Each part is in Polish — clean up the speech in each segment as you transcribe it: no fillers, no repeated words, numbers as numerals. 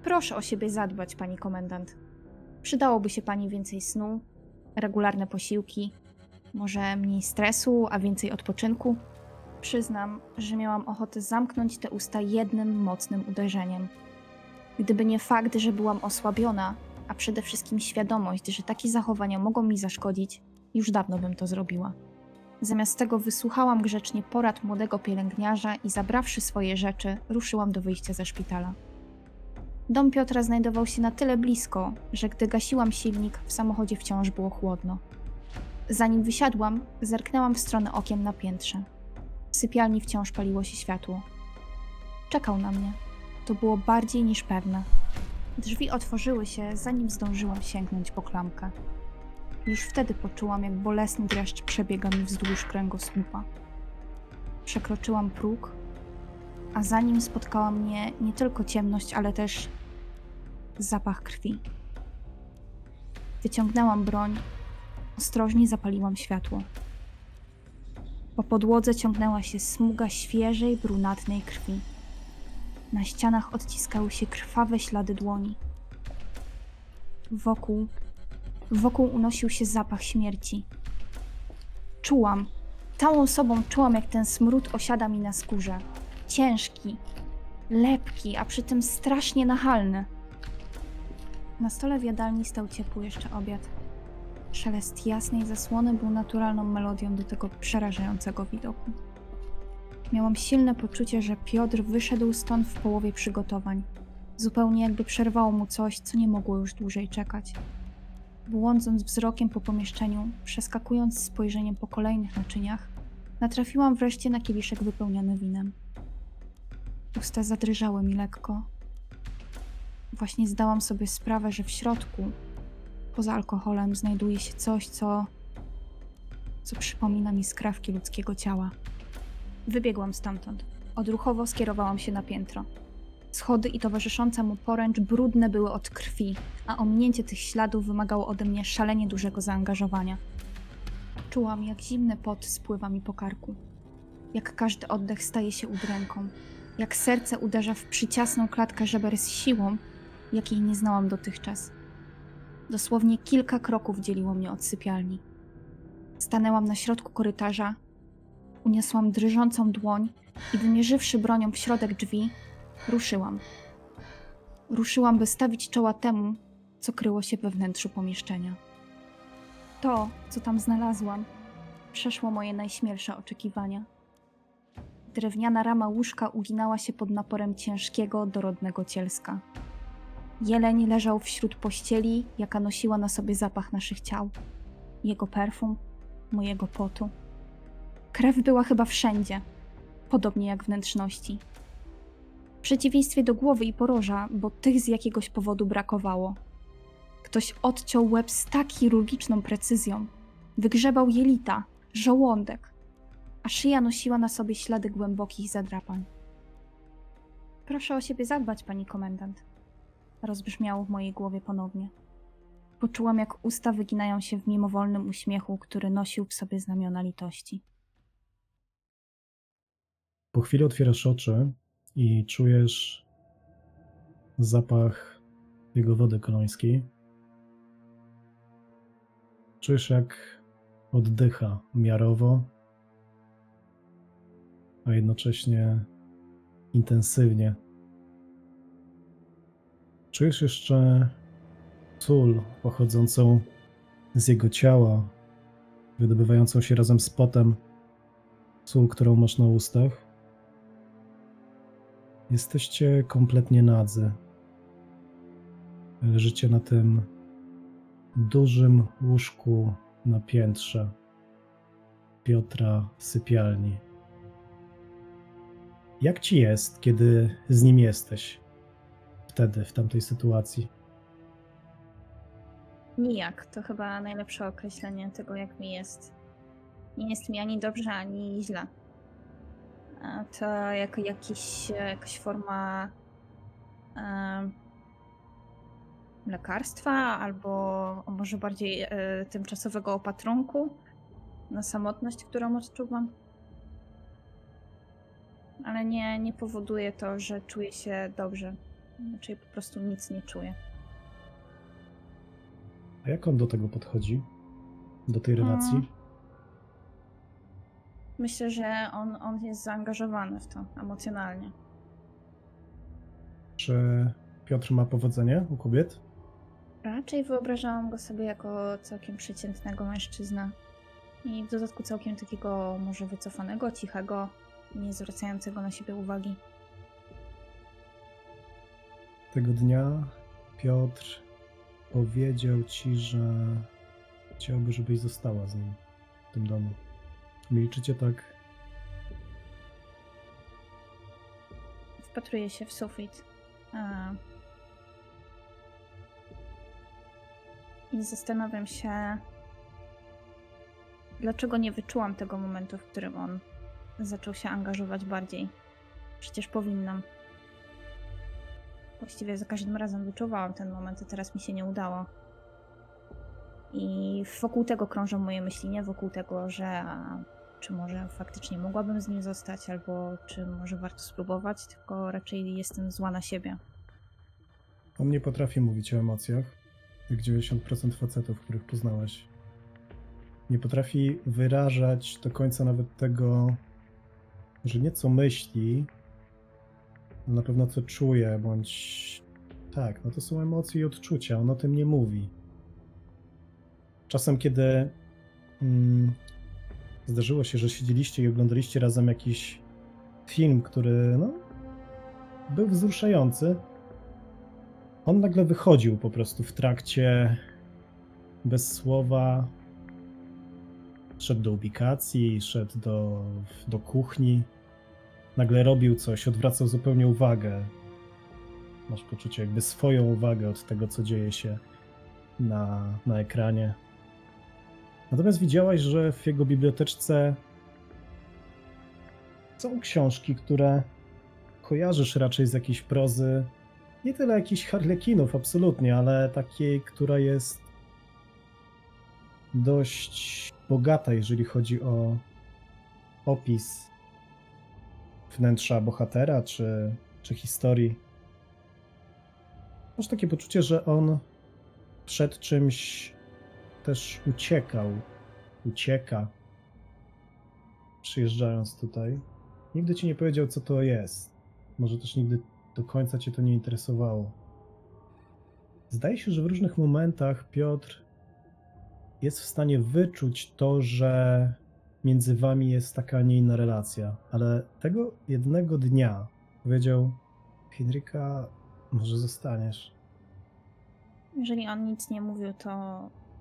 Proszę o siebie zadbać, pani komendant. Przydałoby się pani więcej snu, regularne posiłki, może mniej stresu, a więcej odpoczynku. Przyznam, że miałam ochotę zamknąć te usta jednym mocnym uderzeniem. Gdyby nie fakt, że byłam osłabiona, a przede wszystkim świadomość, że takie zachowania mogą mi zaszkodzić, już dawno bym to zrobiła. Zamiast tego wysłuchałam grzecznie porad młodego pielęgniarza i zabrawszy swoje rzeczy, ruszyłam do wyjścia ze szpitala. Dom Piotra znajdował się na tyle blisko, że gdy gasiłam silnik, w samochodzie wciąż było chłodno. Zanim wysiadłam, zerknęłam w stronę okien na piętrze. W sypialni wciąż paliło się światło. Czekał na mnie. To było bardziej niż pewne. Drzwi otworzyły się, zanim zdążyłam sięgnąć po klamkę. Już wtedy poczułam, jak bolesny dreszcz przebiega mi wzdłuż kręgosłupa. Przekroczyłam próg, a za nim spotkała mnie nie tylko ciemność, ale też zapach krwi. Wyciągnęłam broń, ostrożnie zapaliłam światło. Po podłodze ciągnęła się smuga świeżej, brunatnej krwi. Na ścianach odciskały się krwawe ślady dłoni. Wokół unosił się zapach śmierci. Całą sobą czułam, jak ten smród osiada mi na skórze. Ciężki, lepki, a przy tym strasznie nachalny. Na stole w jadalni stał ciepły jeszcze obiad. Szelest jasnej zasłony był naturalną melodią do tego przerażającego widoku. Miałam silne poczucie, że Piotr wyszedł stąd w połowie przygotowań. Zupełnie jakby przerwało mu coś, co nie mogło już dłużej czekać. Błądząc wzrokiem po pomieszczeniu, przeskakując spojrzeniem po kolejnych naczyniach, natrafiłam wreszcie na kieliszek wypełniony winem. Usta zadrżały mi lekko. Właśnie zdałam sobie sprawę, że w środku, poza alkoholem, znajduje się coś, co przypomina mi skrawki ludzkiego ciała. Wybiegłam stamtąd. Odruchowo skierowałam się na piętro. Schody i towarzysząca mu poręcz brudne były od krwi, a ominięcie tych śladów wymagało ode mnie szalenie dużego zaangażowania. Czułam, jak zimny pot spływa mi po karku. Jak każdy oddech staje się udręką. Jak serce uderza w przyciasną klatkę żeber z siłą, jakiej nie znałam dotychczas. Dosłownie kilka kroków dzieliło mnie od sypialni. Stanęłam na środku korytarza, uniosłam drżącą dłoń i wymierzywszy bronią w środek drzwi, ruszyłam. Ruszyłam, by stawić czoła temu, co kryło się we wnętrzu pomieszczenia. To, co tam znalazłam, przeszło moje najśmielsze oczekiwania. Drewniana rama łóżka uginała się pod naporem ciężkiego, dorodnego cielska. Jeleń leżał wśród pościeli, jaka nosiła na sobie zapach naszych ciał. Jego perfum, mojego potu. Krew była chyba wszędzie, podobnie jak wnętrzności. W przeciwieństwie do głowy i poroża, bo tych z jakiegoś powodu brakowało. Ktoś odciął łeb z tak chirurgiczną precyzją. Wygrzebał jelita, żołądek, a szyja nosiła na sobie ślady głębokich zadrapań. Proszę o siebie zadbać, pani komendant. Rozbrzmiało w mojej głowie ponownie. Poczułam, jak usta wyginają się w mimowolnym uśmiechu, który nosił w sobie znamiona litości. Po chwili otwierasz oczy i czujesz zapach jego wody kolońskiej. Czujesz, jak oddycha miarowo, a jednocześnie intensywnie. Czujesz jeszcze sól pochodzącą z jego ciała, wydobywającą się razem z potem, sól, którą masz na ustach. Jesteście kompletnie nadzy. Leżycie na tym dużym łóżku na piętrze Piotra sypialni. Jak ci jest, kiedy z nim jesteś? Wtedy, w tamtej sytuacji. Nijak, to chyba najlepsze określenie tego, jak mi jest. Nie jest mi ani dobrze, ani źle. To jakaś forma lekarstwa, albo może bardziej tymczasowego opatrunku na samotność, którą odczuwam. Ale nie powoduje to, że czuję się dobrze. Czyli po prostu nic nie czuje. A jak on do tego podchodzi? Do tej relacji? Myślę, że on jest zaangażowany w to emocjonalnie. Czy Piotr ma powodzenie u kobiet? Raczej wyobrażałam go sobie jako całkiem przeciętnego mężczyznę. I w dodatku całkiem takiego może wycofanego, cichego, nie zwracającego na siebie uwagi. Tego dnia Piotr powiedział ci, że chciałby, żebyś została z nim w tym domu. Milczycie tak. Wpatruję się w sufit. I zastanawiam się, dlaczego nie wyczułam tego momentu, w którym on zaczął się angażować bardziej. Przecież powinnam. Właściwie za każdym razem wyczuwałam ten moment, a teraz mi się nie udało. I wokół tego krążą moje myśli, nie wokół tego, że czy może faktycznie mogłabym z nim zostać, albo czy może warto spróbować, tylko raczej jestem zła na siebie. On nie potrafi mówić o emocjach, jak 90% facetów, których poznałaś. Nie potrafi wyrażać do końca nawet tego, że nie co myśli, ale na pewno co czuje, bądź tak, no to są emocje i odczucia, on o tym nie mówi. Czasem, kiedy zdarzyło się, że siedzieliście i oglądaliście razem jakiś film, który no, był wzruszający, on nagle wychodził po prostu w trakcie, bez słowa, szedł do ubikacji, szedł do kuchni, nagle robił coś, odwracał zupełnie uwagę. Masz poczucie jakby swoją uwagę od tego, co dzieje się na ekranie. Natomiast widziałaś, że w jego biblioteczce są książki, które kojarzysz raczej z jakiejś prozy, nie tyle jakichś harlekinów, absolutnie, ale takiej, która jest dość bogata, jeżeli chodzi o opis wnętrza bohatera czy historii. Masz takie poczucie, że on przed czymś też ucieka, przyjeżdżając tutaj. Nigdy ci nie powiedział, co to jest. Może też nigdy do końca cię to nie interesowało. Zdaje się, że w różnych momentach Piotr jest w stanie wyczuć to, że między wami jest taka, a nie inna relacja. Ale tego jednego dnia powiedział: Henryka, może zostaniesz. Jeżeli on nic nie mówił, to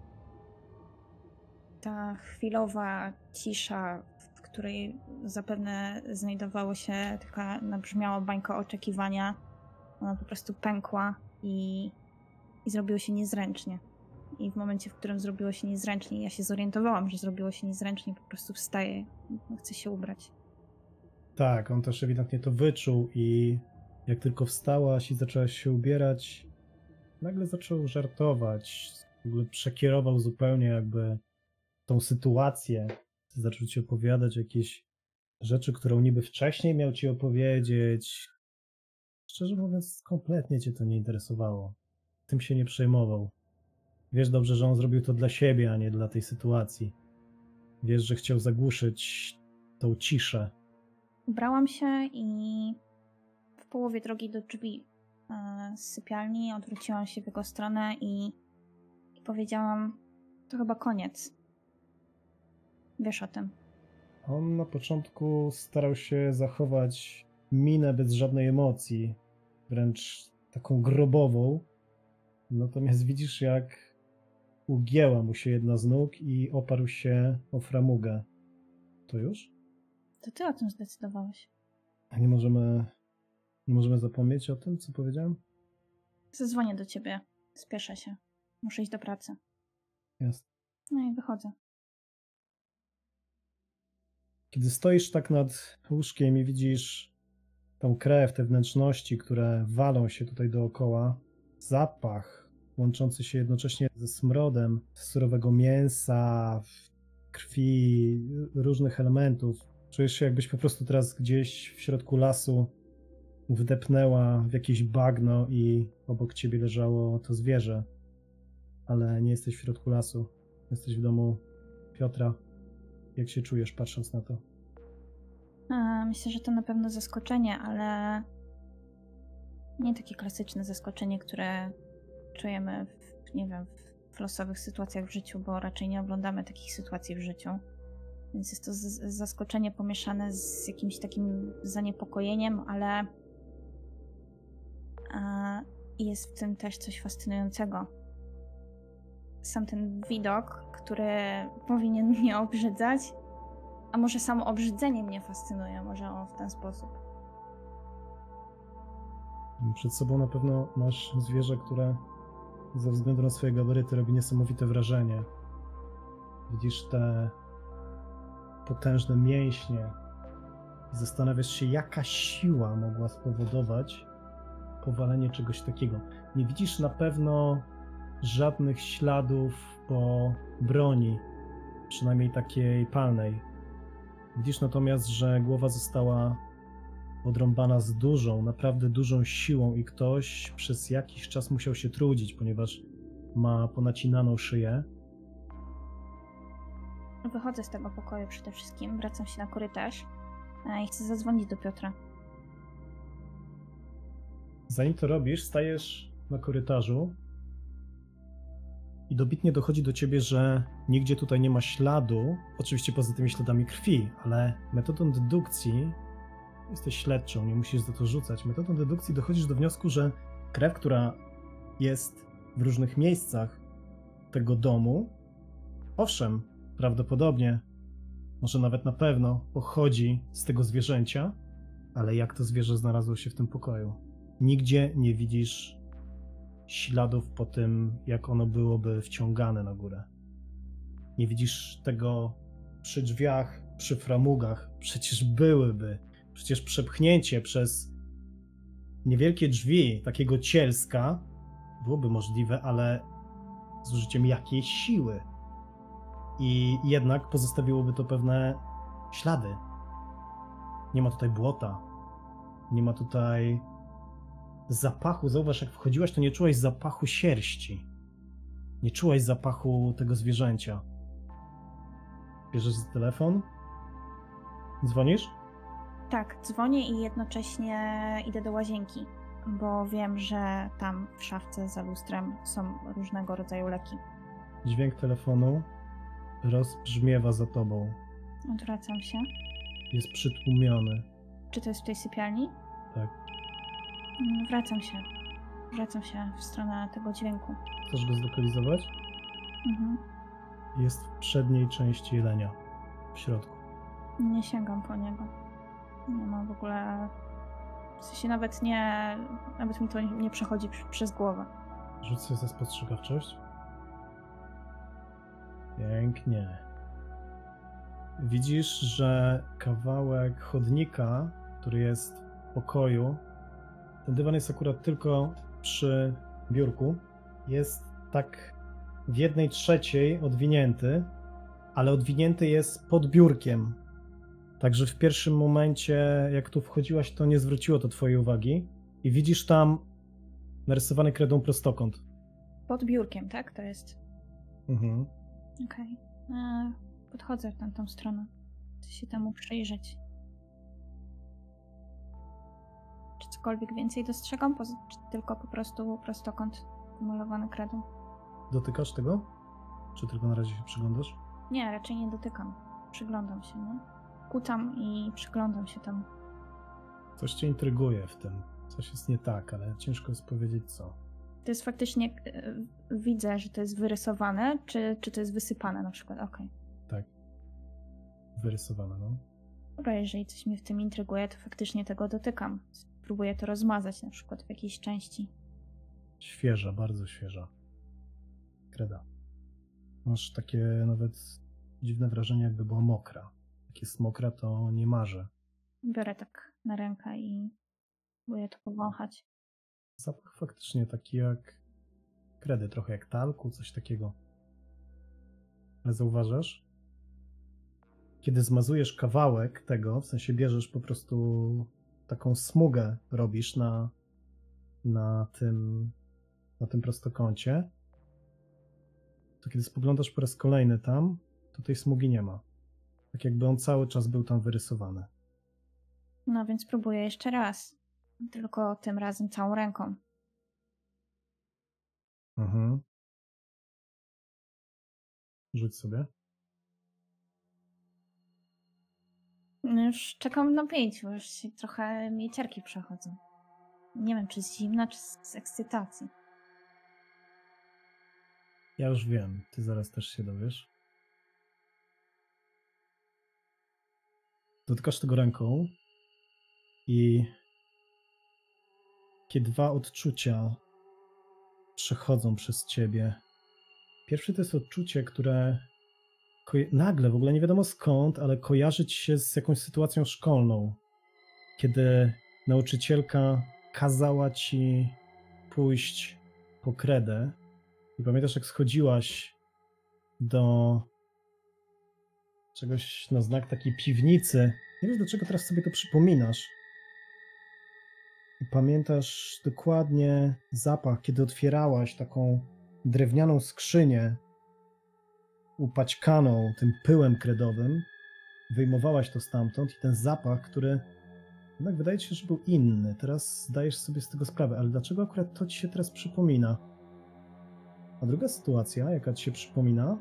ta chwilowa cisza, w której zapewne znajdowało się taka nabrzmiała bańka oczekiwania, ona po prostu pękła i zrobiło się niezręcznie. I w momencie, w którym zrobiło się niezręcznie, ja się zorientowałam, że zrobiło się niezręcznie, po prostu wstaję, chcę się ubrać. Tak, on też ewidentnie to wyczuł i jak tylko wstałaś i zaczęłaś się ubierać, nagle zaczął żartować. W ogóle przekierował zupełnie jakby tą sytuację. Zaczął ci opowiadać jakieś rzeczy, którą niby wcześniej miał ci opowiedzieć. Szczerze mówiąc, kompletnie cię to nie interesowało. Tym się nie przejmował. Wiesz dobrze, że on zrobił to dla siebie, a nie dla tej sytuacji. Wiesz, że chciał zagłuszyć tą ciszę. Ubrałam się i w połowie drogi do drzwi z sypialni odwróciłam się w jego stronę i powiedziałam: to chyba koniec. Wiesz o tym. On na początku starał się zachować minę bez żadnej emocji, wręcz taką grobową. Natomiast widzisz, jak ugięła mu się jedna z nóg i oparł się o framugę. To już? To ty o tym zdecydowałeś. A nie możemy zapomnieć o tym, co powiedziałem? Zadzwonię do ciebie. Spieszę się. Muszę iść do pracy. Jasne. No i wychodzę. Kiedy stoisz tak nad łóżkiem i widzisz tą krew, te wnętrzności, które walą się tutaj dookoła, zapach łączący się jednocześnie ze smrodem surowego mięsa, krwi, różnych elementów. Czujesz się, jakbyś po prostu teraz gdzieś w środku lasu wdepnęła w jakieś bagno i obok ciebie leżało to zwierzę. Ale nie jesteś w środku lasu. Jesteś w domu Piotra. Jak się czujesz, patrząc na to? Myślę, że to na pewno zaskoczenie, ale nie takie klasyczne zaskoczenie, które czujemy nie wiem, w losowych sytuacjach w życiu, bo raczej nie oglądamy takich sytuacji w życiu. Więc jest to zaskoczenie pomieszane z jakimś takim zaniepokojeniem, ale jest w tym też coś fascynującego. Sam ten widok, który powinien mnie obrzydzać, a może samo obrzydzenie mnie fascynuje, może on w ten sposób. Przed sobą na pewno masz zwierzę, które ze względu na swoje gabaryty robi niesamowite wrażenie. Widzisz te potężne mięśnie i zastanawiasz się, jaka siła mogła spowodować powalenie czegoś takiego. Nie widzisz na pewno żadnych śladów po broni, przynajmniej takiej palnej. Widzisz natomiast, że głowa została odrąbana z dużą, naprawdę dużą siłą i ktoś przez jakiś czas musiał się trudzić, ponieważ ma ponacinaną szyję. Wychodzę z tego pokoju przede wszystkim, wracam się na korytarz i chcę zadzwonić do Piotra. Zanim to robisz, stajesz na korytarzu i dobitnie dochodzi do ciebie, że nigdzie tutaj nie ma śladu, oczywiście poza tymi śladami krwi, ale metodą dedukcji, jesteś śledczą, nie musisz za to rzucać, metodą dedukcji dochodzisz do wniosku, że krew, która jest w różnych miejscach tego domu, owszem, prawdopodobnie, może nawet na pewno pochodzi z tego zwierzęcia, ale jak to zwierzę znalazło się w tym pokoju? Nigdzie nie widzisz śladów po tym, jak ono byłoby wciągane na górę. Nie widzisz tego przy drzwiach, przy framugach. Przecież byłyby. Przecież przepchnięcie przez niewielkie drzwi takiego cielska byłoby możliwe, ale z użyciem jakiejś siły. I jednak pozostawiłoby to pewne ślady. Nie ma tutaj błota. Nie ma tutaj zapachu. Zauważ, jak wchodziłaś, to nie czułaś zapachu sierści. Nie czułaś zapachu tego zwierzęcia. Bierzesz za telefon? Dzwonisz? Tak, dzwonię i jednocześnie idę do łazienki, bo wiem, że tam w szafce za lustrem są różnego rodzaju leki. Dźwięk telefonu rozbrzmiewa za tobą. Odwracam się. Jest przytłumiony. Czy to jest w tej sypialni? Tak. Wracam się. Wracam się w stronę tego dźwięku. Chcesz go zlokalizować? Mhm. Jest w przedniej części jelenia. W środku. Nie sięgam po niego. Nie mam w ogóle... W sensie nawet mi to nie przechodzi przez głowę. Rzuć sobie za spostrzegawczość. Pięknie. Widzisz, że kawałek chodnika, który jest w pokoju, ten dywan jest akurat tylko przy biurku, jest tak w 1/3 odwinięty, ale odwinięty jest pod biurkiem. Także w pierwszym momencie, jak tu wchodziłaś, to nie zwróciło to twojej uwagi i widzisz tam narysowany kredą prostokąt. Pod biurkiem, tak? To jest... Mhm. Okej. Podchodzę w tamtą stronę. Chcę się temu przyjrzeć. Czy cokolwiek więcej dostrzegam? Czy tylko po prostu prostokąt pomalowany kredą? Dotykasz tego? Czy tylko na razie się przyglądasz? Nie, raczej nie dotykam. Przyglądam się, no. Kucam i przyglądam się temu. Coś cię intryguje w tym. Coś jest nie tak, ale ciężko jest powiedzieć co. To jest faktycznie... widzę, że to jest wyrysowane, czy to jest wysypane na przykład. Okej. Tak. Wyrysowane, no. Dobra, jeżeli coś mnie w tym intryguje, to faktycznie tego dotykam. Spróbuję to rozmazać na przykład w jakiejś części. Świeża, bardzo świeża. Kreda. Masz takie nawet dziwne wrażenie, jakby była mokra. Jak jest mokra, to nie marzę. Biorę tak na rękę i próbuję to powąchać. Zapach faktycznie taki jak kredy, trochę jak talku, coś takiego. Ale zauważasz? Kiedy zmazujesz kawałek tego, w sensie bierzesz po prostu taką smugę robisz na tym prostokącie, to kiedy spoglądasz po raz kolejny tam, to tej smugi nie ma. Tak jakby on cały czas był tam wyrysowany. No więc próbuję jeszcze raz. Tylko tym razem całą ręką. Mhm. Rzuć sobie. No już czekam na 5, bo już się trochę mi cierki przechodzą. Nie wiem, czy z zimna, czy z ekscytacji. Ja już wiem, ty zaraz też się dowiesz. Dotykasz tego ręką i takie dwa odczucia przechodzą przez ciebie. Pierwsze to jest odczucie, które nagle, w ogóle nie wiadomo skąd, ale kojarzy ci się z jakąś sytuacją szkolną, kiedy nauczycielka kazała ci pójść po kredę i pamiętasz, jak schodziłaś do czegoś na znak takiej piwnicy. Nie wiesz, dlaczego teraz sobie to przypominasz. I pamiętasz dokładnie zapach, kiedy otwierałaś taką drewnianą skrzynię upaćkaną tym pyłem kredowym, wyjmowałaś to stamtąd i ten zapach, który jednak wydaje ci się, że był inny. Teraz zdajesz sobie z tego sprawę, ale dlaczego akurat to ci się teraz przypomina? A druga sytuacja, jaka ci się przypomina,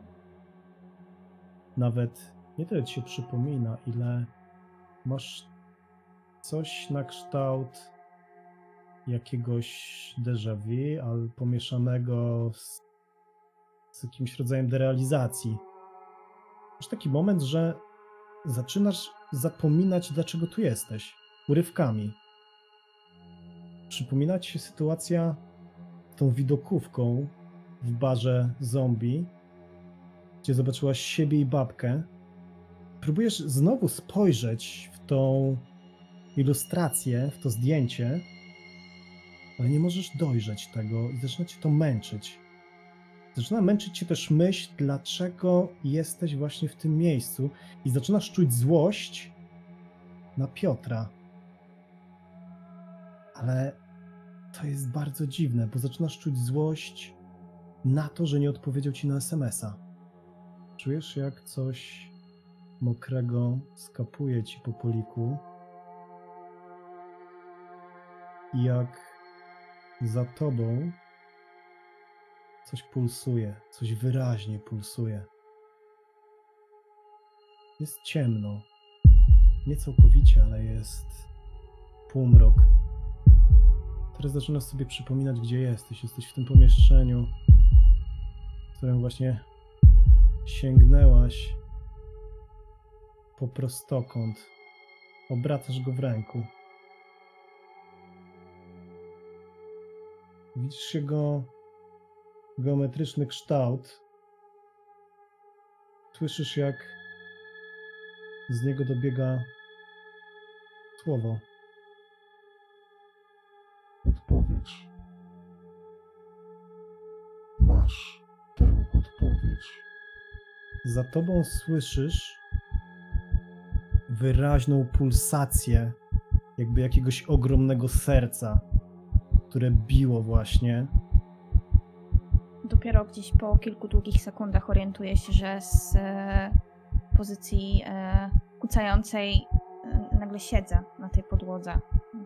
nawet nie tyle ci się przypomina, ile masz coś na kształt jakiegoś déjà vu, ale pomieszanego z jakimś rodzajem derealizacji. Masz taki moment, że zaczynasz zapominać, dlaczego tu jesteś. Urywkami. Przypomina ci się sytuacja tą widokówką w barze zombie, gdzie zobaczyłaś siebie i babkę. Próbujesz znowu spojrzeć w tą ilustrację, w to zdjęcie, ale nie możesz dojrzeć tego i zaczyna cię to męczyć. Zaczyna męczyć cię też myśl, dlaczego jesteś właśnie w tym miejscu i zaczynasz czuć złość na Piotra. Ale to jest bardzo dziwne, bo zaczynasz czuć złość na to, że nie odpowiedział ci na SMS-a. Czujesz, jak coś mokrego skapuje ci po poliku i jak za tobą coś pulsuje, coś wyraźnie pulsuje. Jest ciemno. Nie całkowicie, ale jest półmrok. Teraz zaczynasz sobie przypominać, gdzie jesteś. Jesteś w tym pomieszczeniu, w którym właśnie sięgnęłaś po prostokąt. Obracasz go w ręku. Widzisz jego geometryczny kształt. Słyszysz, jak z niego dobiega słowo. Odpowiedź. Masz tę odpowiedź. Za tobą słyszysz wyraźną pulsację, jakby jakiegoś ogromnego serca, które biło właśnie. Dopiero gdzieś po kilku długich sekundach orientuję się, że z pozycji kucającej nagle siedzę na tej podłodze.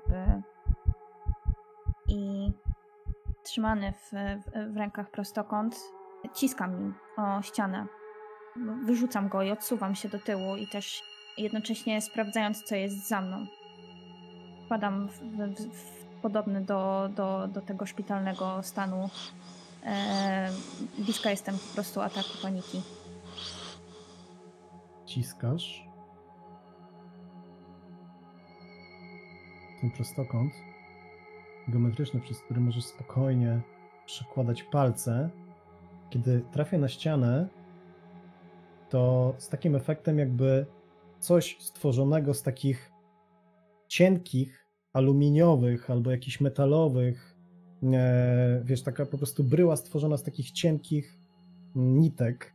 I trzymany w rękach prostokąt ciskam nim o ścianę. Wyrzucam go i odsuwam się do tyłu i też jednocześnie sprawdzając, co jest za mną. Wpadam w podobny do tego szpitalnego stanu. Bliska jestem po prostu ataku paniki. Ciskasz ten prostokąt geometryczny, przez który możesz spokojnie przekładać palce. Kiedy trafia na ścianę, to z takim efektem, jakby coś stworzonego z takich cienkich, aluminiowych albo jakichś metalowych, wiesz, taka po prostu bryła stworzona z takich cienkich nitek,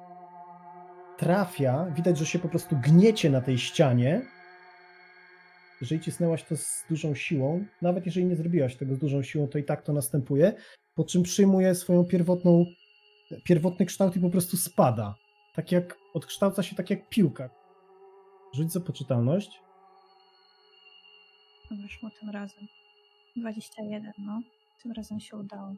trafia, widać, że się po prostu gniecie na tej ścianie jeżeli cisnęłaś to z dużą siłą, nawet jeżeli nie zrobiłaś tego z dużą siłą, to i tak to następuje, po czym przyjmuje swoją pierwotny kształt i po prostu spada. Tak jak odkształca się tak jak piłka. Rzuć za poczytalność. Wyszło tym razem. 21, no. Tym razem się udało.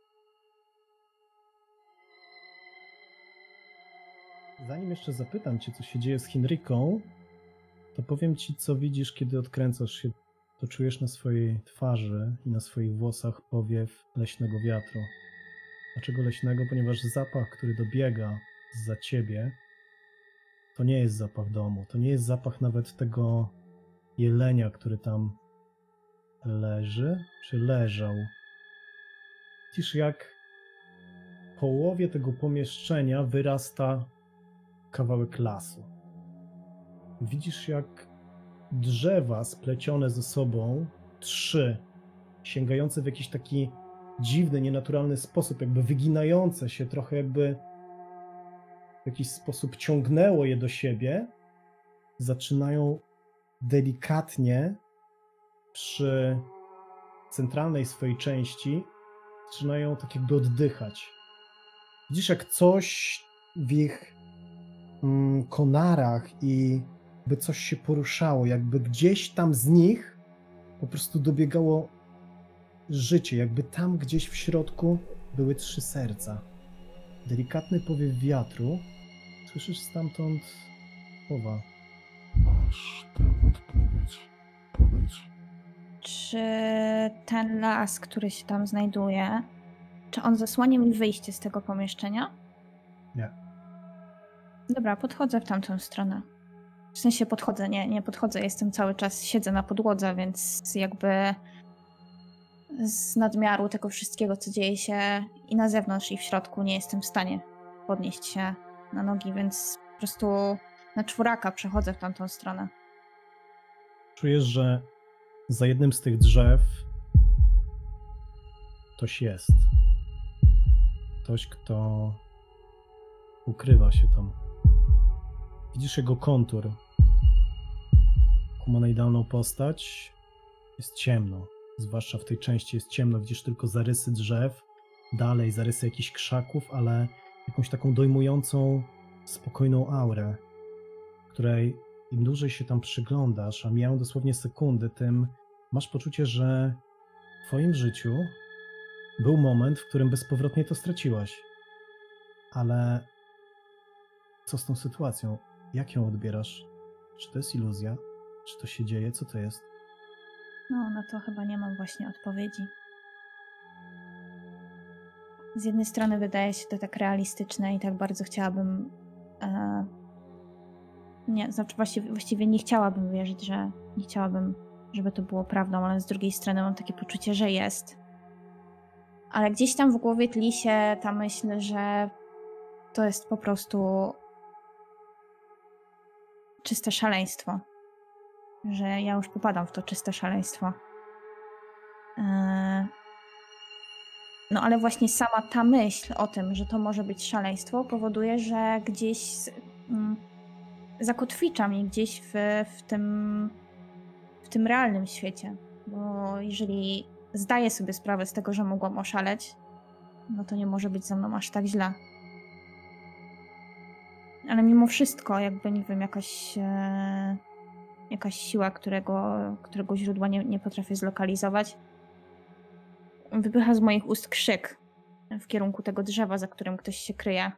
Zanim jeszcze zapytam cię, co się dzieje z Henryką, to powiem ci, co widzisz, kiedy odkręcasz się. To czujesz na swojej twarzy i na swoich włosach powiew leśnego wiatru. Dlaczego leśnego? Ponieważ zapach, który dobiega zza ciebie, to nie jest zapach domu. To nie jest zapach nawet tego jelenia, który tam leży, czy leżał. Widzisz, jak w połowie tego pomieszczenia wyrasta kawałek lasu. Widzisz, jak drzewa splecione ze sobą, 3, sięgające w jakiś taki dziwny, nienaturalny sposób, jakby wyginające się, trochę jakby w jakiś sposób ciągnęło je do siebie, zaczynają delikatnie przy centralnej swojej części, zaczynają tak jakby oddychać. Widzisz, jak coś w ich konarach i by coś się poruszało, jakby gdzieś tam z nich po prostu dobiegało życie, jakby tam gdzieś w środku były 3 serca. Delikatny powiew wiatru, słyszysz stamtąd słowa. Masz tę odpowiedź. Powiedz. Czy ten las, który się tam znajduje, czy on zasłania mi wyjście z tego pomieszczenia? Nie. Dobra, podchodzę w tamtą stronę. W sensie podchodzę, nie podchodzę, jestem cały czas, siedzę na podłodze, więc jakby z nadmiaru tego wszystkiego, co dzieje się i na zewnątrz, i w środku, nie jestem w stanie podnieść się na nogi, więc po prostu na czworaka przechodzę w tamtą stronę. Czujesz, że za jednym z tych drzew ktoś jest. Ktoś, kto ukrywa się tam. Widzisz jego kontur. Humanoidalną postać. Jest ciemno. Zwłaszcza w tej części jest ciemno. Widzisz tylko zarysy drzew. Dalej zarysy jakichś krzaków, ale jakąś taką dojmującą, spokojną aurę, której im dłużej się tam przyglądasz, a mijają dosłownie sekundy, tym masz poczucie, że w twoim życiu był moment, w którym bezpowrotnie to straciłaś. Ale co z tą sytuacją? Jak ją odbierasz? Czy to jest iluzja? Czy to się dzieje? Co to jest? No, na to chyba nie mam właśnie odpowiedzi. Z jednej strony wydaje się to tak realistyczne i tak bardzo chciałabym... nie, znaczy właściwie nie chciałabym wierzyć, że... Nie chciałabym, żeby to było prawdą, ale z drugiej strony mam takie poczucie, że jest. Ale gdzieś tam w głowie tli się ta myśl, że to jest po prostu czyste szaleństwo. Że ja już popadam w to czyste szaleństwo. No ale właśnie sama ta myśl o tym, że to może być szaleństwo, powoduje, że gdzieś zakotwicza mnie gdzieś w tym realnym świecie. Bo jeżeli zdaję sobie sprawę z tego, że mogłam oszaleć, no to nie może być ze mną aż tak źle. Ale mimo wszystko, jakby, nie wiem, jakaś siła, którego źródła nie potrafię zlokalizować, wypycha z moich ust krzyk w kierunku tego drzewa, za którym ktoś się kryje.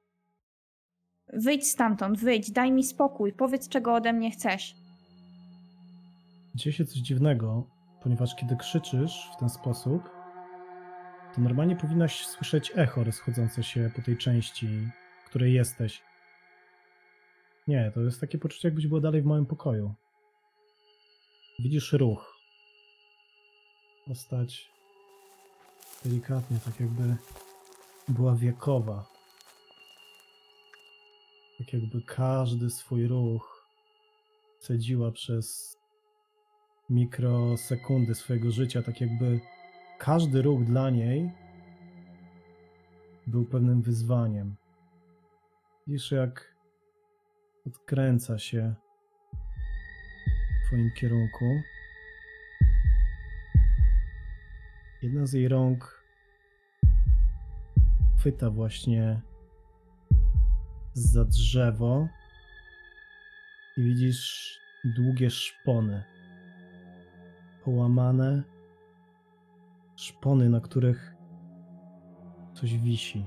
Wyjdź stamtąd, wyjdź, daj mi spokój, powiedz, czego ode mnie chcesz. Dzieje się coś dziwnego, ponieważ kiedy krzyczysz w ten sposób, to normalnie powinnaś słyszeć echo rozchodzące się po tej części, w której jesteś. Nie, to jest takie poczucie, jakbyś była dalej w małym pokoju. Widzisz ruch. Postać delikatnie, tak jakby była wiekowa. Tak jakby każdy swój ruch cedziła przez mikrosekundy swojego życia, tak jakby każdy ruch dla niej był pewnym wyzwaniem. Widzisz, jak odkręca się twoim kierunku. Jedna z jej rąk chwyta właśnie za drzewo i widzisz długie szpony. Połamane szpony, na których coś wisi.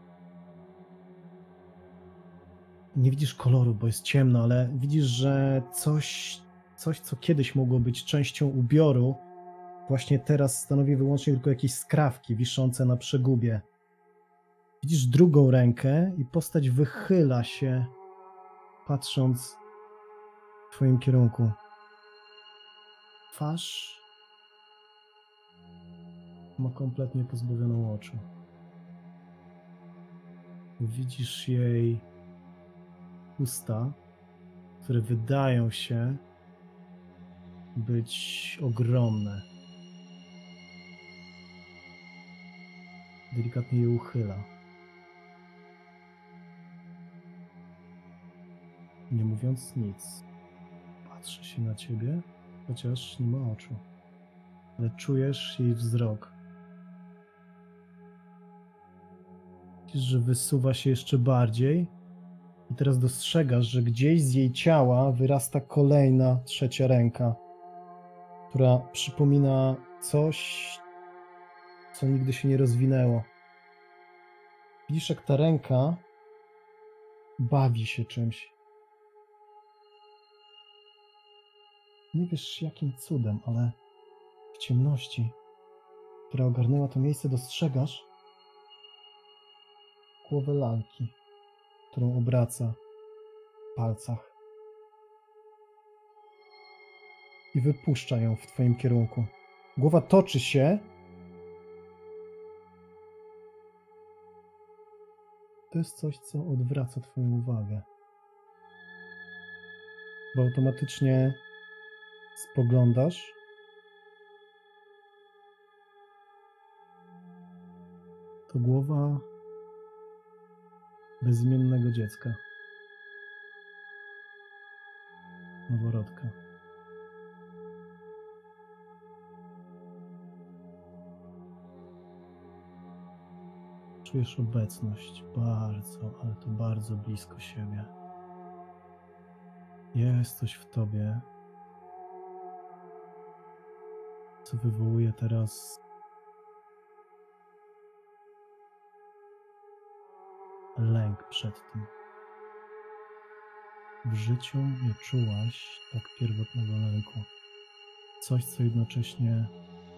Nie widzisz koloru, bo jest ciemno, ale widzisz, że coś, co kiedyś mogło być częścią ubioru, właśnie teraz stanowi wyłącznie tylko jakieś skrawki wiszące na przegubie. Widzisz drugą rękę i postać wychyla się, patrząc w twoim kierunku. Twarz ma kompletnie pozbawioną oczu. Widzisz jej usta, które wydają się być ogromne. Delikatnie je uchyla. Nie mówiąc nic, patrzy się na ciebie, chociaż nie ma oczu. Ale czujesz jej wzrok. Widzisz, że wysuwa się jeszcze bardziej i teraz dostrzegasz, że gdzieś z jej ciała wyrasta kolejna, trzecia ręka, która przypomina coś, co nigdy się nie rozwinęło. Widzisz, jak ta ręka bawi się czymś. Nie wiesz jakim cudem, ale w ciemności, która ogarnęła to miejsce, dostrzegasz głowę lalki, którą obraca w palcach i wypuszcza ją w twoim kierunku. Głowa toczy się. To jest coś, co odwraca twoją uwagę. Bo automatycznie spoglądasz to głowa bezimiennego dziecka. Noworodka. Czujesz obecność bardzo, ale to bardzo blisko siebie. Jest coś w tobie, co wywołuje teraz lęk przed tym. W życiu nie czułaś tak pierwotnego lęku. Coś, co jednocześnie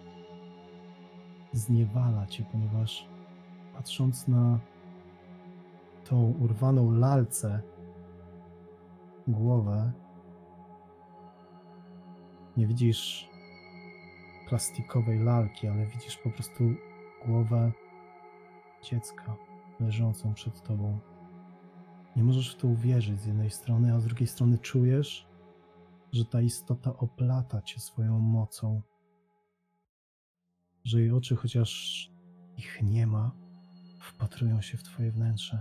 zniewala cię, ponieważ patrząc na tą urwaną lalce głowę, nie widzisz plastikowej lalki, ale widzisz po prostu głowę dziecka leżącą przed tobą. Nie możesz w to uwierzyć z jednej strony, a z drugiej strony czujesz, że ta istota oplata cię swoją mocą. Że jej oczy, chociaż ich nie ma, wpatrują się w twoje wnętrze.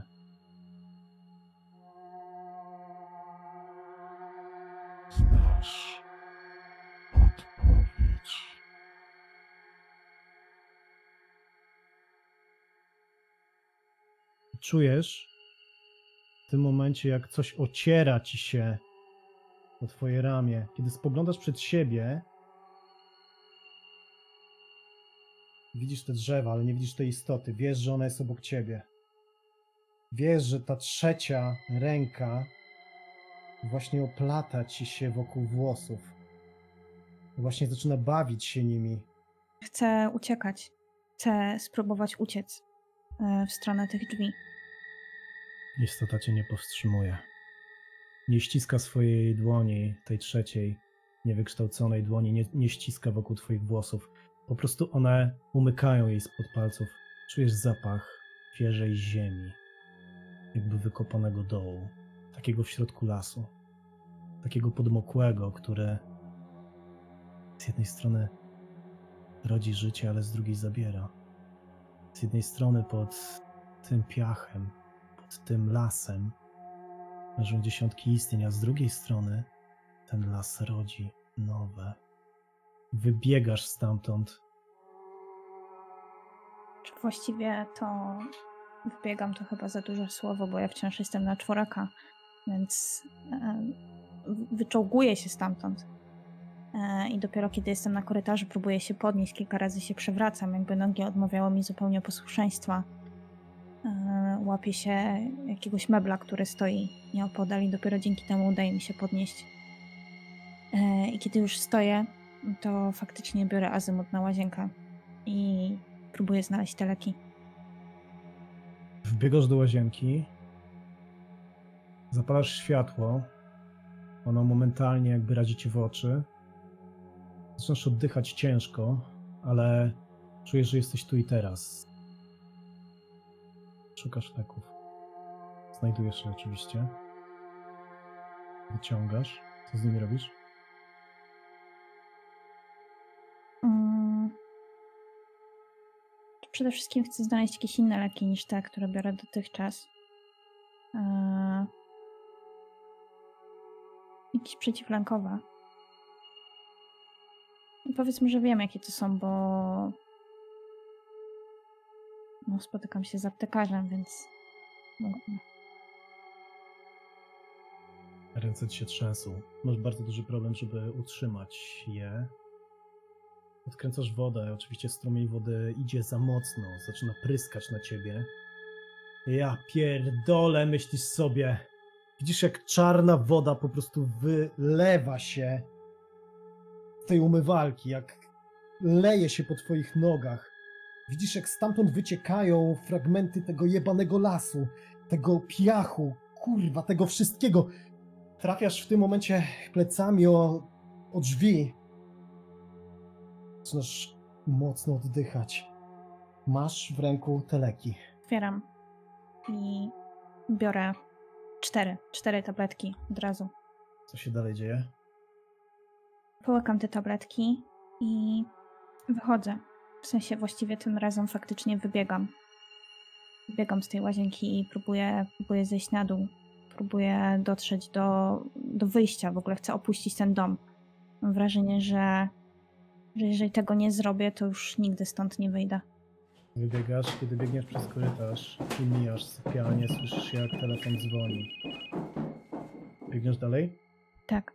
Znasz odpowiedź. Czujesz w tym momencie, jak coś ociera ci się o twoje ramię. Kiedy spoglądasz przed siebie, widzisz te drzewa, ale nie widzisz tej istoty. Wiesz, że ona jest obok ciebie. Wiesz, że ta trzecia ręka właśnie oplata ci się wokół włosów. Właśnie zaczyna bawić się nimi. Chcę uciekać. Chcę spróbować uciec w stronę tych drzwi. Istota cię nie powstrzymuje. Nie ściska swojej dłoni, tej trzeciej, niewykształconej dłoni, nie ściska wokół twoich włosów. Po prostu one umykają jej spod palców. Czujesz zapach świeżej ziemi, jakby wykopanego dołu, takiego w środku lasu, takiego podmokłego, które z jednej strony rodzi życie, ale z drugiej zabiera. Z jednej strony pod tym piachem, pod tym lasem leżą dziesiątki istnień, a z drugiej strony ten las rodzi nowe. Wybiegasz stamtąd. Czy właściwie to wybiegam, to chyba za duże słowo, bo ja wciąż jestem na czworaka, więc wyczołguję się stamtąd. I dopiero kiedy jestem na korytarzu, próbuję się podnieść, kilka razy się przewracam, jakby nogi odmawiały mi zupełnie posłuszeństwa. Łapię się jakiegoś mebla, który stoi nieopodal i dopiero dzięki temu udaje mi się podnieść. I kiedy już stoję, to faktycznie biorę azymut na łazienkę i próbuję znaleźć te leki. Wbiegasz do łazienki. Zapalasz światło. Ono momentalnie jakby razi ci w oczy. Zaczynasz oddychać ciężko, ale czujesz, że jesteś tu i teraz. Szukasz leków. Znajdujesz je oczywiście. Wyciągasz. Co z nimi robisz? Przede wszystkim chcę znaleźć jakieś inne leki niż te, które biorę dotychczas. Jakieś przeciwlękowe. I powiedzmy, że wiem, jakie to są, bo spotykam się z aptekarzem, więc Ręce ci się trzęsą. Masz bardzo duży problem, żeby utrzymać je. Odkręcasz wodę, oczywiście strumień wody idzie za mocno, zaczyna pryskać na ciebie. Ja pierdolę, myślisz sobie. Widzisz, jak czarna woda po prostu wylewa się z tej umywalki, jak leje się po twoich nogach. Widzisz, jak stamtąd wyciekają fragmenty tego jebanego lasu, tego piachu, kurwa, tego wszystkiego. Trafiasz w tym momencie plecami o drzwi. Zaczynasz mocno oddychać. Masz w ręku te leki. otwieram i biorę cztery tabletki od razu. Co się dalej dzieje? Połykam te tabletki i wychodzę. W sensie właściwie tym razem faktycznie wybiegam. Wybiegam z tej łazienki i próbuję zejść na dół. Próbuję dotrzeć do wyjścia. W ogóle chcę opuścić ten dom. Mam wrażenie, że jeżeli tego nie zrobię, to już nigdy stąd nie wyjdę. Wybiegasz, kiedy biegniesz przez korytarz i mijasz sypialnię, słyszysz jak telefon dzwoni. Biegniesz dalej? Tak.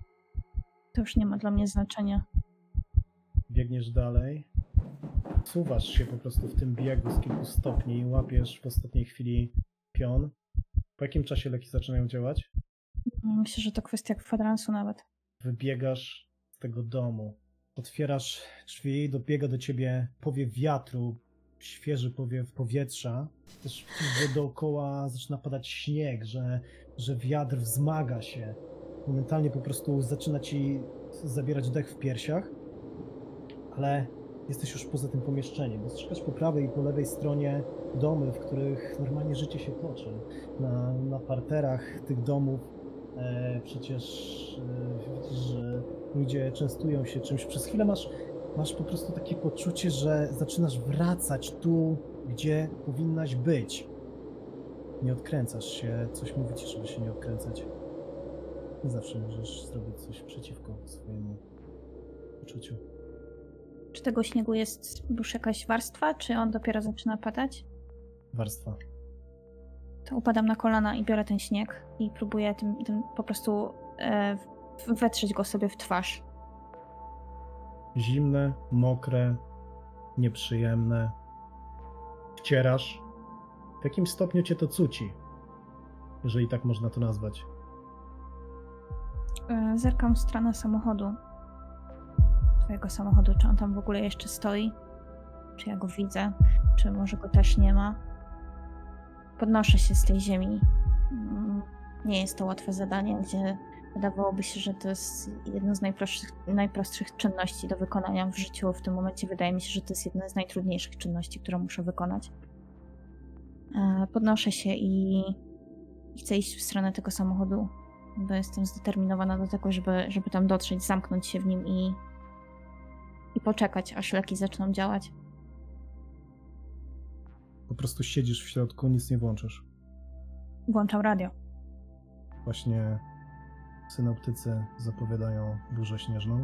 To już nie ma dla mnie znaczenia. Biegniesz dalej. Suwasz się po prostu w tym biegu z kilku stopni, łapiesz w ostatniej chwili pion. Po jakim czasie leki zaczynają działać? Myślę, że to kwestia kwadransu nawet. Wybiegasz z tego domu. Otwierasz drzwi, dobiega do ciebie powiew wiatru, świeży powiew powietrza. Też że dookoła zaczyna padać śnieg, że wiatr wzmaga się. Momentalnie po prostu zaczyna ci zabierać dech w piersiach, ale jesteś już poza tym pomieszczeniem. Dostrzegasz po prawej i po lewej stronie domy, w których normalnie życie się toczy. Na parterach tych domów przecież widzisz, że ludzie częstują się czymś. Przez chwilę masz po prostu takie poczucie, że zaczynasz wracać tu, gdzie powinnaś być. Nie odkręcasz się, coś mówi ci, żeby się nie odkręcać. Nie zawsze możesz zrobić coś przeciwko swojemu uczuciu. Czy tego śniegu jest już jakaś warstwa, czy on dopiero zaczyna padać? Warstwa. To upadam na kolana i biorę ten śnieg i próbuję tym po prostu wetrzeć go sobie w twarz. Zimne, mokre, nieprzyjemne. Wcierasz. W jakim stopniu cię to cuci? Jeżeli tak można to nazwać. Zerkam w stronę samochodu. Twojego samochodu, czy on tam w ogóle jeszcze stoi? Czy ja go widzę? Czy może go też nie ma? Podnoszę się z tej ziemi. Nie jest to łatwe zadanie, gdzie wydawałoby się, że to jest jedno z najprostszych czynności do wykonania w życiu. W tym momencie wydaje mi się, że to jest jedna z najtrudniejszych czynności, które muszę wykonać. Podnoszę się i chcę iść w stronę tego samochodu, bo jestem zdeterminowana do tego, żeby tam dotrzeć, zamknąć się w nim i poczekać, aż leki zaczną działać. Po prostu siedzisz w środku, nic nie włączysz. Włączam radio. Właśnie Synoptycy zapowiadają burzę śnieżną.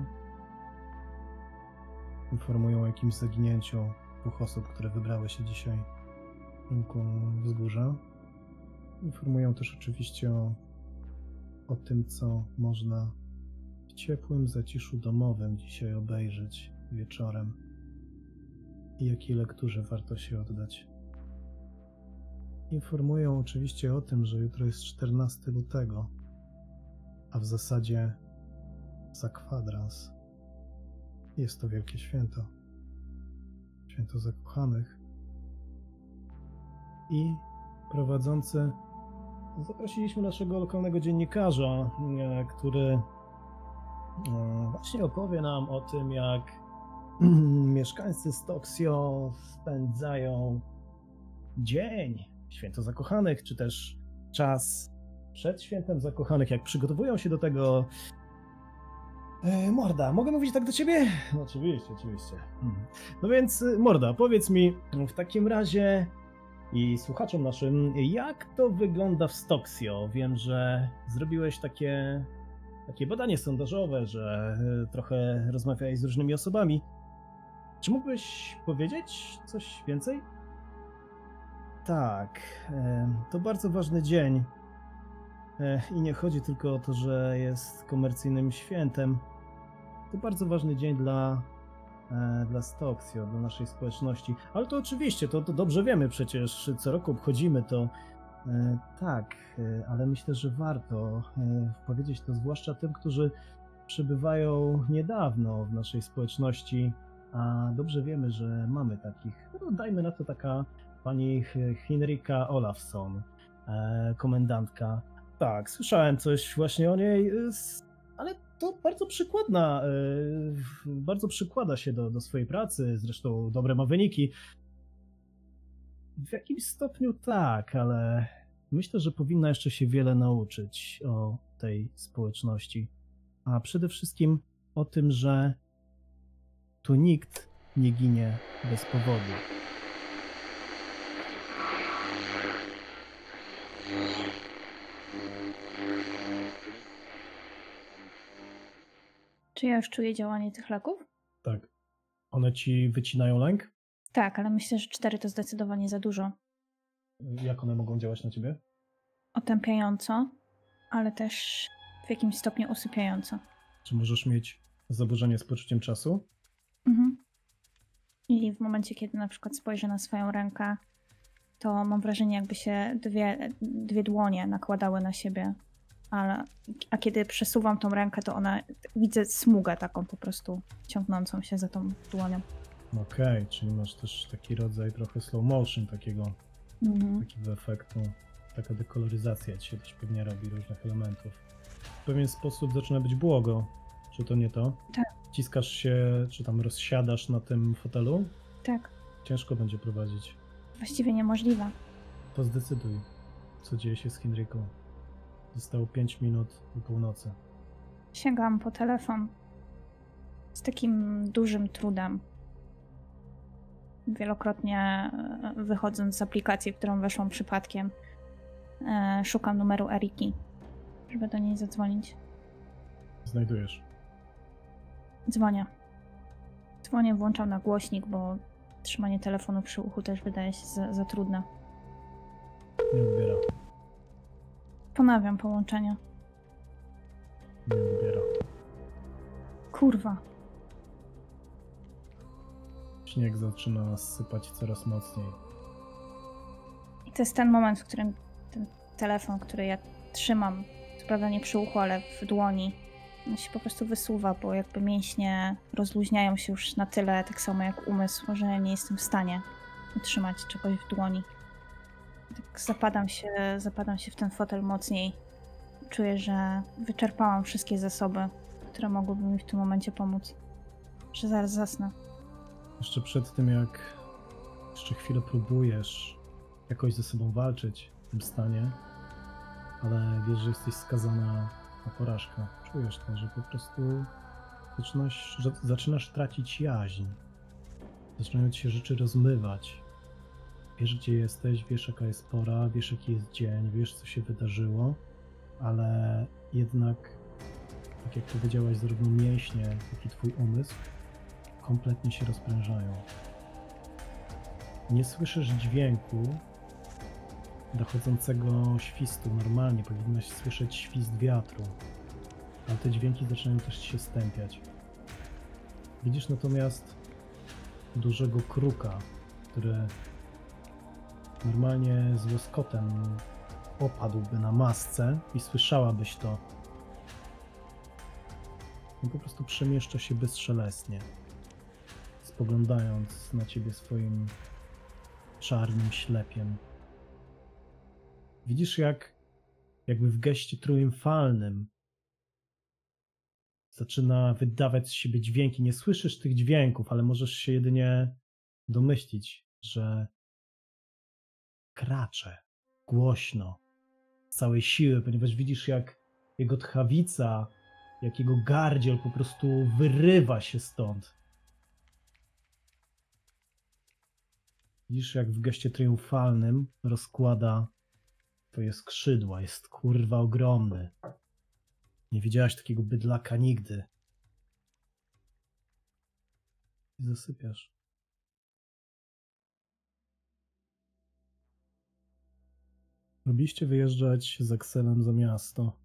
Informują o jakimś zaginięciu 2 osób, które wybrały się dzisiaj w kierunku wzgórza. Informują też oczywiście o tym, co można w ciepłym zaciszu domowym dzisiaj obejrzeć wieczorem i jakiej lekturze warto się oddać. Informują oczywiście o tym, że jutro jest 14 lutego, a w zasadzie za kwadrans jest to wielkie święto. Święto zakochanych. I prowadzący zaprosiliśmy naszego lokalnego dziennikarza, który właśnie opowie nam o tym, jak mieszkańcy Stoksio spędzają dzień Święto Zakochanych, czy też czas przed Świętem Zakochanych, jak przygotowują się do tego. Morda, mogę mówić tak do ciebie? No, oczywiście, oczywiście. No więc, Morda, powiedz mi w takim razie i słuchaczom naszym, jak to wygląda w Stoksio? Wiem, że zrobiłeś takie badanie sondażowe, że trochę rozmawiałeś z różnymi osobami. Czy mógłbyś powiedzieć coś więcej? Tak, to bardzo ważny dzień. I nie chodzi tylko o to, że jest komercyjnym świętem. To bardzo ważny dzień dla Stoksio, dla naszej społeczności. Ale to oczywiście, to dobrze wiemy przecież, co roku obchodzimy to. Tak, ale myślę, że warto powiedzieć to zwłaszcza tym, którzy przybywają niedawno w naszej społeczności, a dobrze wiemy, że mamy takich, no dajmy na to taka pani Henrika Olafsson, komendantka. Tak, słyszałem coś właśnie o niej, ale to bardzo przykłada się do swojej pracy, zresztą dobre ma wyniki. W jakimś stopniu tak, ale myślę, że powinna jeszcze się wiele nauczyć o tej społeczności, a przede wszystkim o tym, że tu nikt nie ginie bez powodu. Czy ja już czuję działanie tych leków? Tak. One ci wycinają lęk? Tak, ale myślę, że 4 to zdecydowanie za dużo. Jak one mogą działać na ciebie? Otępiająco, ale też w jakimś stopniu usypiająco. Czy możesz mieć zaburzenie z poczuciem czasu? Mhm. I w momencie, kiedy na przykład spojrzę na swoją rękę, to mam wrażenie, jakby się dwie dłonie nakładały na siebie. A kiedy przesuwam tą rękę, to widzę smugę taką po prostu ciągnącą się za tą dłonią. Okej, czyli masz też taki rodzaj trochę slow motion takiego efektu. Taka dekoloryzacja ci się też pewnie robi różnych elementów. W pewien sposób zaczyna być błogo. Czy to nie to? Tak. Wciskasz się, czy tam rozsiadasz na tym fotelu? Tak, Ciężko będzie prowadzić. właściwie niemożliwe. To zdecyduj, co dzieje się z Henryką. Zostało 5 minut do północy. Sięgam po telefon z takim dużym trudem. Wielokrotnie wychodząc z aplikacji, w którą weszłam przypadkiem, szukam numeru Eriki, żeby do niej zadzwonić. Znajdujesz. Dzwonię. Włączam na głośnik, bo trzymanie telefonu przy uchu też wydaje się za trudne. Nie odbiera. Ponawiam połączenie. Nie odbiera. Kurwa. Śnieg zaczyna sypać coraz mocniej. I to jest ten moment, w którym ten telefon, który ja trzymam, co prawda nie przy uchu, ale w dłoni, on się po prostu wysuwa, bo jakby mięśnie rozluźniają się już na tyle, tak samo jak umysł, że nie jestem w stanie utrzymać czegoś w dłoni. Tak zapadam się w ten fotel mocniej. Czuję, że wyczerpałam wszystkie zasoby, które mogłyby mi w tym momencie pomóc. Że zaraz zasnę. Jeszcze przed tym, jak jeszcze chwilę próbujesz jakoś ze sobą walczyć w tym stanie, ale wiesz, że jesteś skazana na porażkę. Czujesz to, że po prostu zaczynasz tracić jaźń. Zaczynają ci się rzeczy rozmywać. Wiesz, gdzie jesteś, wiesz, jaka jest pora, wiesz, jaki jest dzień, wiesz, co się wydarzyło, ale jednak tak jak powiedziałaś, zarówno mięśnie, jak i twój umysł kompletnie się rozprężają. Nie słyszysz dźwięku dochodzącego świstu. Normalnie powinnaś słyszeć świst wiatru, ale te dźwięki zaczynają też się stępiać. Widzisz natomiast dużego kruka, który normalnie z łoskotem opadłby na masce i słyszałabyś to. On po prostu przemieszcza się bezszelestnie, spoglądając na ciebie swoim czarnym ślepiem. Widzisz, jakby w geście triumfalnym zaczyna wydawać z siebie dźwięki. Nie słyszysz tych dźwięków, ale możesz się jedynie domyślić, że kracze głośno, z całej siły, ponieważ widzisz, jak jego tchawica, jak jego gardziel po prostu wyrywa się stąd. Widzisz, jak w geście triumfalnym rozkłada twoje skrzydła. Jest kurwa ogromny. Nie widziałaś takiego bydlaka nigdy. I zasypiasz. Lubiliście wyjeżdżać z Axelem za miasto.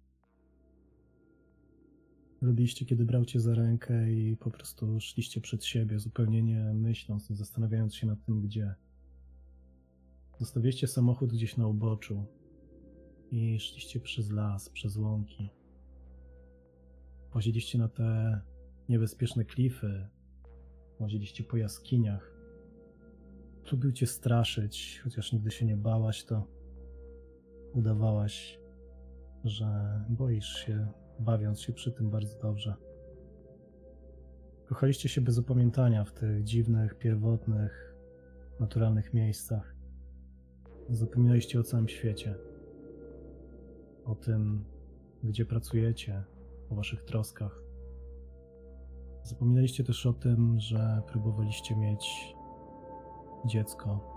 Lubiliście, kiedy brał cię za rękę i po prostu szliście przed siebie, zupełnie nie myśląc, nie zastanawiając się nad tym, gdzie. Zostawiliście samochód gdzieś na uboczu i szliście przez las, przez łąki. Łaziliście na te niebezpieczne klify, łaziliście po jaskiniach. Lubił cię straszyć, chociaż nigdy się nie bałaś, to udawałaś, że boisz się, bawiąc się przy tym bardzo dobrze. Kochaliście się bez opamiętania w tych dziwnych, pierwotnych, naturalnych miejscach. Zapominaliście o całym świecie. O tym, gdzie pracujecie, o waszych troskach. Zapominaliście też o tym, że próbowaliście mieć dziecko.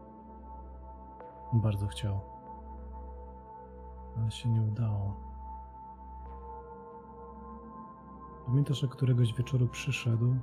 Bardzo chciał, ale się nie udało. Pamiętasz, jak któregoś wieczoru przyszedł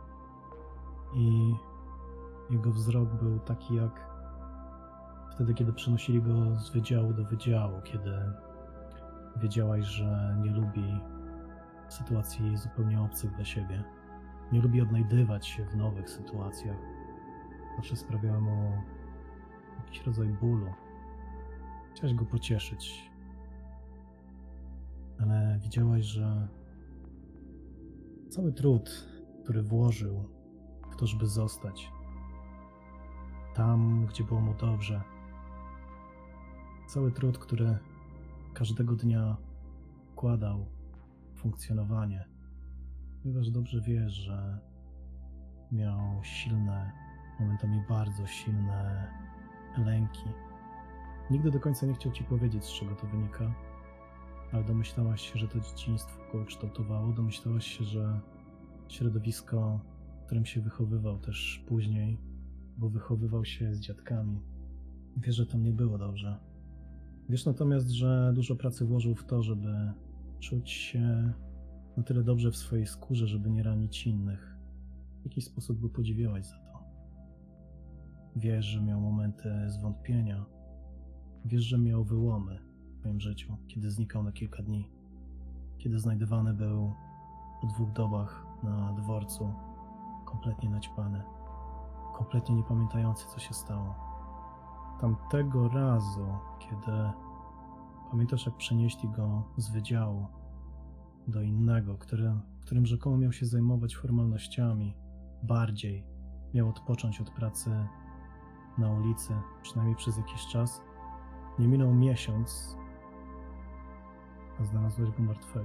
i jego wzrok był taki jak wtedy, kiedy przenosili go z wydziału do wydziału, kiedy wiedziałaś, że nie lubi sytuacji zupełnie obcych dla siebie. Nie lubi odnajdywać się w nowych sytuacjach. Zawsze sprawiała mu jakiś rodzaj bólu. Chciałaś go pocieszyć, ale widziałaś, że cały trud, który włożył w to, żeby zostać tam, gdzie było mu dobrze, cały trud, który każdego dnia wkładał w funkcjonowanie, ponieważ dobrze wiesz, że miał silne, momentami bardzo silne lęki. Nigdy do końca nie chciał ci powiedzieć, z czego to wynika, ale domyślałaś się, że to dzieciństwo go ukształtowało, domyślałaś się, że środowisko, w którym się wychowywał też później, bo wychowywał się z dziadkami. Wiesz, że tam nie było dobrze. Wiesz natomiast, że dużo pracy włożył w to, żeby czuć się na tyle dobrze w swojej skórze, żeby nie ranić innych. W jakiś sposób go podziwiałaś za to. Wiesz, że miał momenty zwątpienia. Wiesz, że miał wyłomy w swoim życiu, kiedy znikał na kilka dni. Kiedy znajdowany był po 2 dobach na dworcu, kompletnie naćpany, kompletnie nie pamiętający, co się stało. Tamtego razu, kiedy pamiętasz, jak przenieśli go z wydziału do innego, którym rzekomo miał się zajmować formalnościami, bardziej miał odpocząć od pracy na ulicy, przynajmniej przez jakiś czas. Nie minął miesiąc, a znalazłeś go martwego.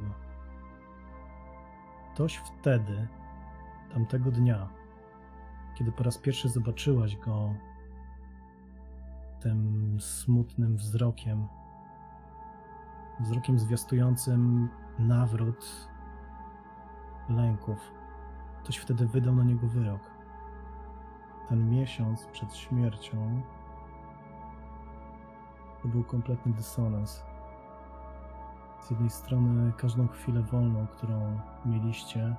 Toś wtedy, tamtego dnia, kiedy po raz pierwszy zobaczyłaś go tym smutnym wzrokiem zwiastującym nawrót lęków, ktoś wtedy wydał na niego wyrok. Ten miesiąc przed śmiercią to był kompletny dysonans. Z jednej strony każdą chwilę wolną, którą mieliście,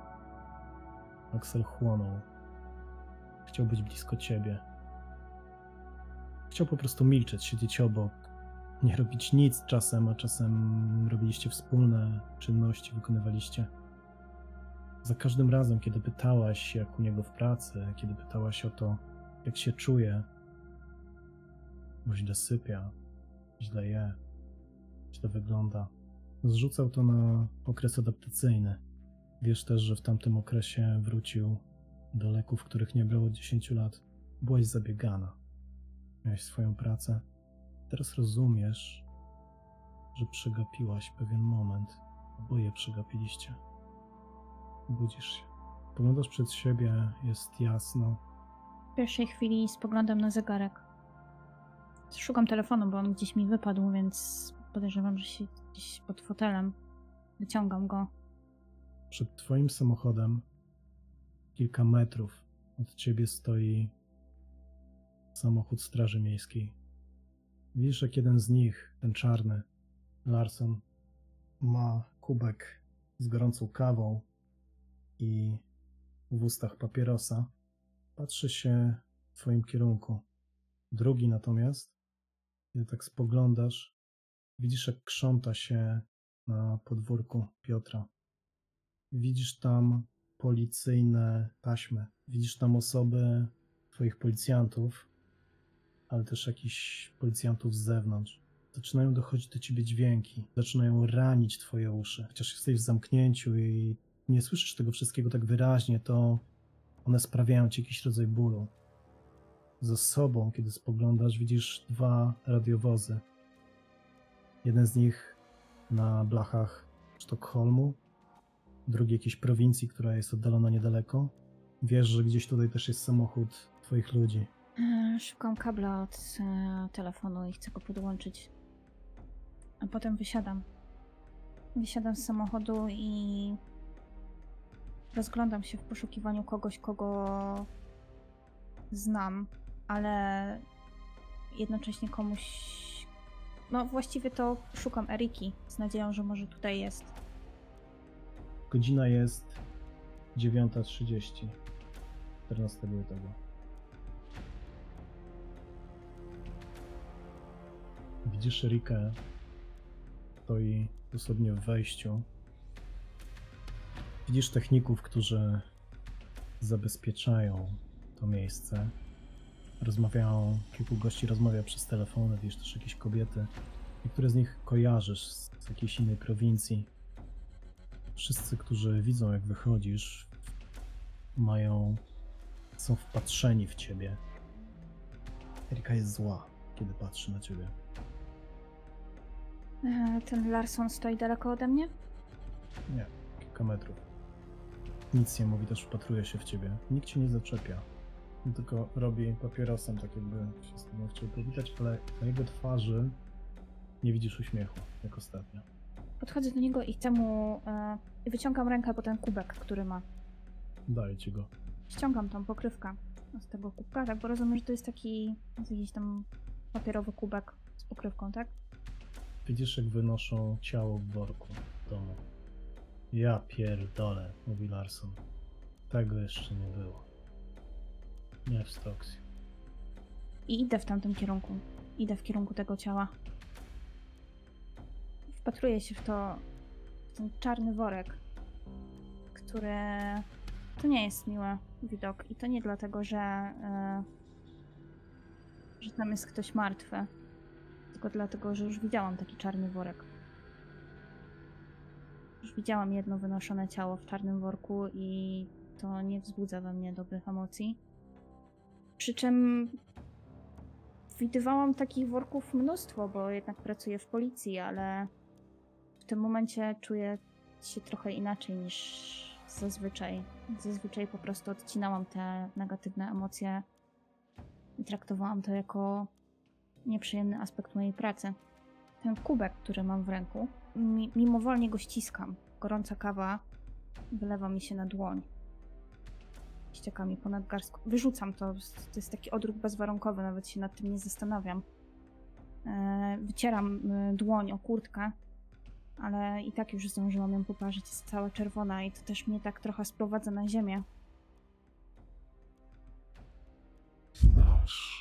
Axel chłonął. Chciał być blisko ciebie. Chciał po prostu milczeć, siedzieć obok, nie robić nic czasem, a czasem robiliście wspólne czynności, wykonywaliście. Za każdym razem, kiedy pytałaś, jak u niego w pracy, kiedy pytałaś o to, jak się czuje, bo źle sypia, źle je, źle wygląda, zrzucał to na okres adaptacyjny. Wiesz też, że w tamtym okresie wrócił do leków, których nie brał od 10 lat. Byłaś zabiegana. Miałeś swoją pracę. Teraz rozumiesz, że przegapiłaś pewien moment. Oboje przegapiliście. Budzisz się. Poglądasz przed siebie, jest jasno. W pierwszej chwili spoglądam na zegarek. Szukam telefonu, bo on gdzieś mi wypadł, więc podejrzewam, że się gdzieś pod fotelem. Wyciągam go. Przed twoim samochodem, kilka metrów od ciebie, stoi samochód Straży Miejskiej. Widzisz, jak jeden z nich, ten czarny, Larson, ma kubek z gorącą kawą i w ustach papierosa. Patrzy się w twoim kierunku. Drugi natomiast, kiedy tak spoglądasz, widzisz, jak krząta się na podwórku Piotra. Widzisz tam policyjne taśmy. Widzisz tam osoby, twoich policjantów, ale też jakichś policjantów z zewnątrz. Zaczynają dochodzić do ciebie dźwięki. Zaczynają ranić twoje uszy. Chociaż jesteś w zamknięciu i nie słyszysz tego wszystkiego tak wyraźnie, to one sprawiają ci jakiś rodzaj bólu. Za sobą, kiedy spoglądasz, widzisz 2 radiowozy. Jeden z nich na blachach Sztokholmu, drugi jakiejś prowincji, która jest oddalona niedaleko. Wiesz, że gdzieś tutaj też jest samochód twoich ludzi. Szukam kabla od telefonu i chcę go podłączyć. A potem wysiadam. Wysiadam z samochodu i rozglądam się w poszukiwaniu kogoś, kogo znam, ale jednocześnie komuś... No właściwie to szukam Eriki z nadzieją, że może tutaj jest. Godzina jest 9:30 14 lutego. Widzisz Erikę, stoi dosłownie w wejściu. Widzisz techników, którzy zabezpieczają to miejsce. Rozmawiają, kilku gości rozmawia przez telefony, widzisz też jakieś kobiety. Niektóre z nich kojarzysz z jakiejś innej prowincji. Wszyscy, którzy widzą, jak wychodzisz, są wpatrzeni w ciebie. Erika jest zła, kiedy patrzy na ciebie. Ten Larson stoi daleko ode mnie? Nie, kilka metrów. Nic nie mówi, też wpatruje się w ciebie. Nikt cię nie zaczepia. On tylko robi papierosem, tak jakby się z tobą chciał powitać, ale na jego twarzy nie widzisz uśmiechu, jak ostatnio. Podchodzę do niego i chcę mu... I wyciągam rękę po ten kubek, który ma. Daję ci go. Ściągam tą pokrywkę z tego kubka, tak, bo rozumiem, że to jest taki jakiś tam papierowy kubek z pokrywką, tak? Widzisz, jak wynoszą ciało w worku w domu. Ja pierdolę, mówi Larson. Tego jeszcze nie było. Nie w Stocksie. I idę w tamtym kierunku. Idę w kierunku tego ciała. Wpatruję się w ten czarny worek, który... To nie jest miły widok. I to nie dlatego, że tam jest ktoś martwy. Tylko dlatego, że już widziałam taki czarny worek. Już widziałam jedno wynoszone ciało w czarnym worku i to nie wzbudza we mnie dobrych emocji. Przy czym widywałam takich worków mnóstwo, bo jednak pracuję w policji, ale w tym momencie czuję się trochę inaczej niż zazwyczaj. Zazwyczaj po prostu odcinałam te negatywne emocje i traktowałam to jako nieprzyjemny aspekt mojej pracy. Ten kubek, który mam w ręku, mimowolnie go ściskam. Gorąca kawa wylewa mi się na dłoń. Ścieka mi ponad garstką. Wyrzucam to. To jest taki odruch bezwarunkowy, nawet się nad tym nie zastanawiam. Wycieram dłoń o kurtkę, ale i tak już zdążyłam ją poparzyć, jest cała czerwona i to też mnie tak trochę sprowadza na ziemię. Znasz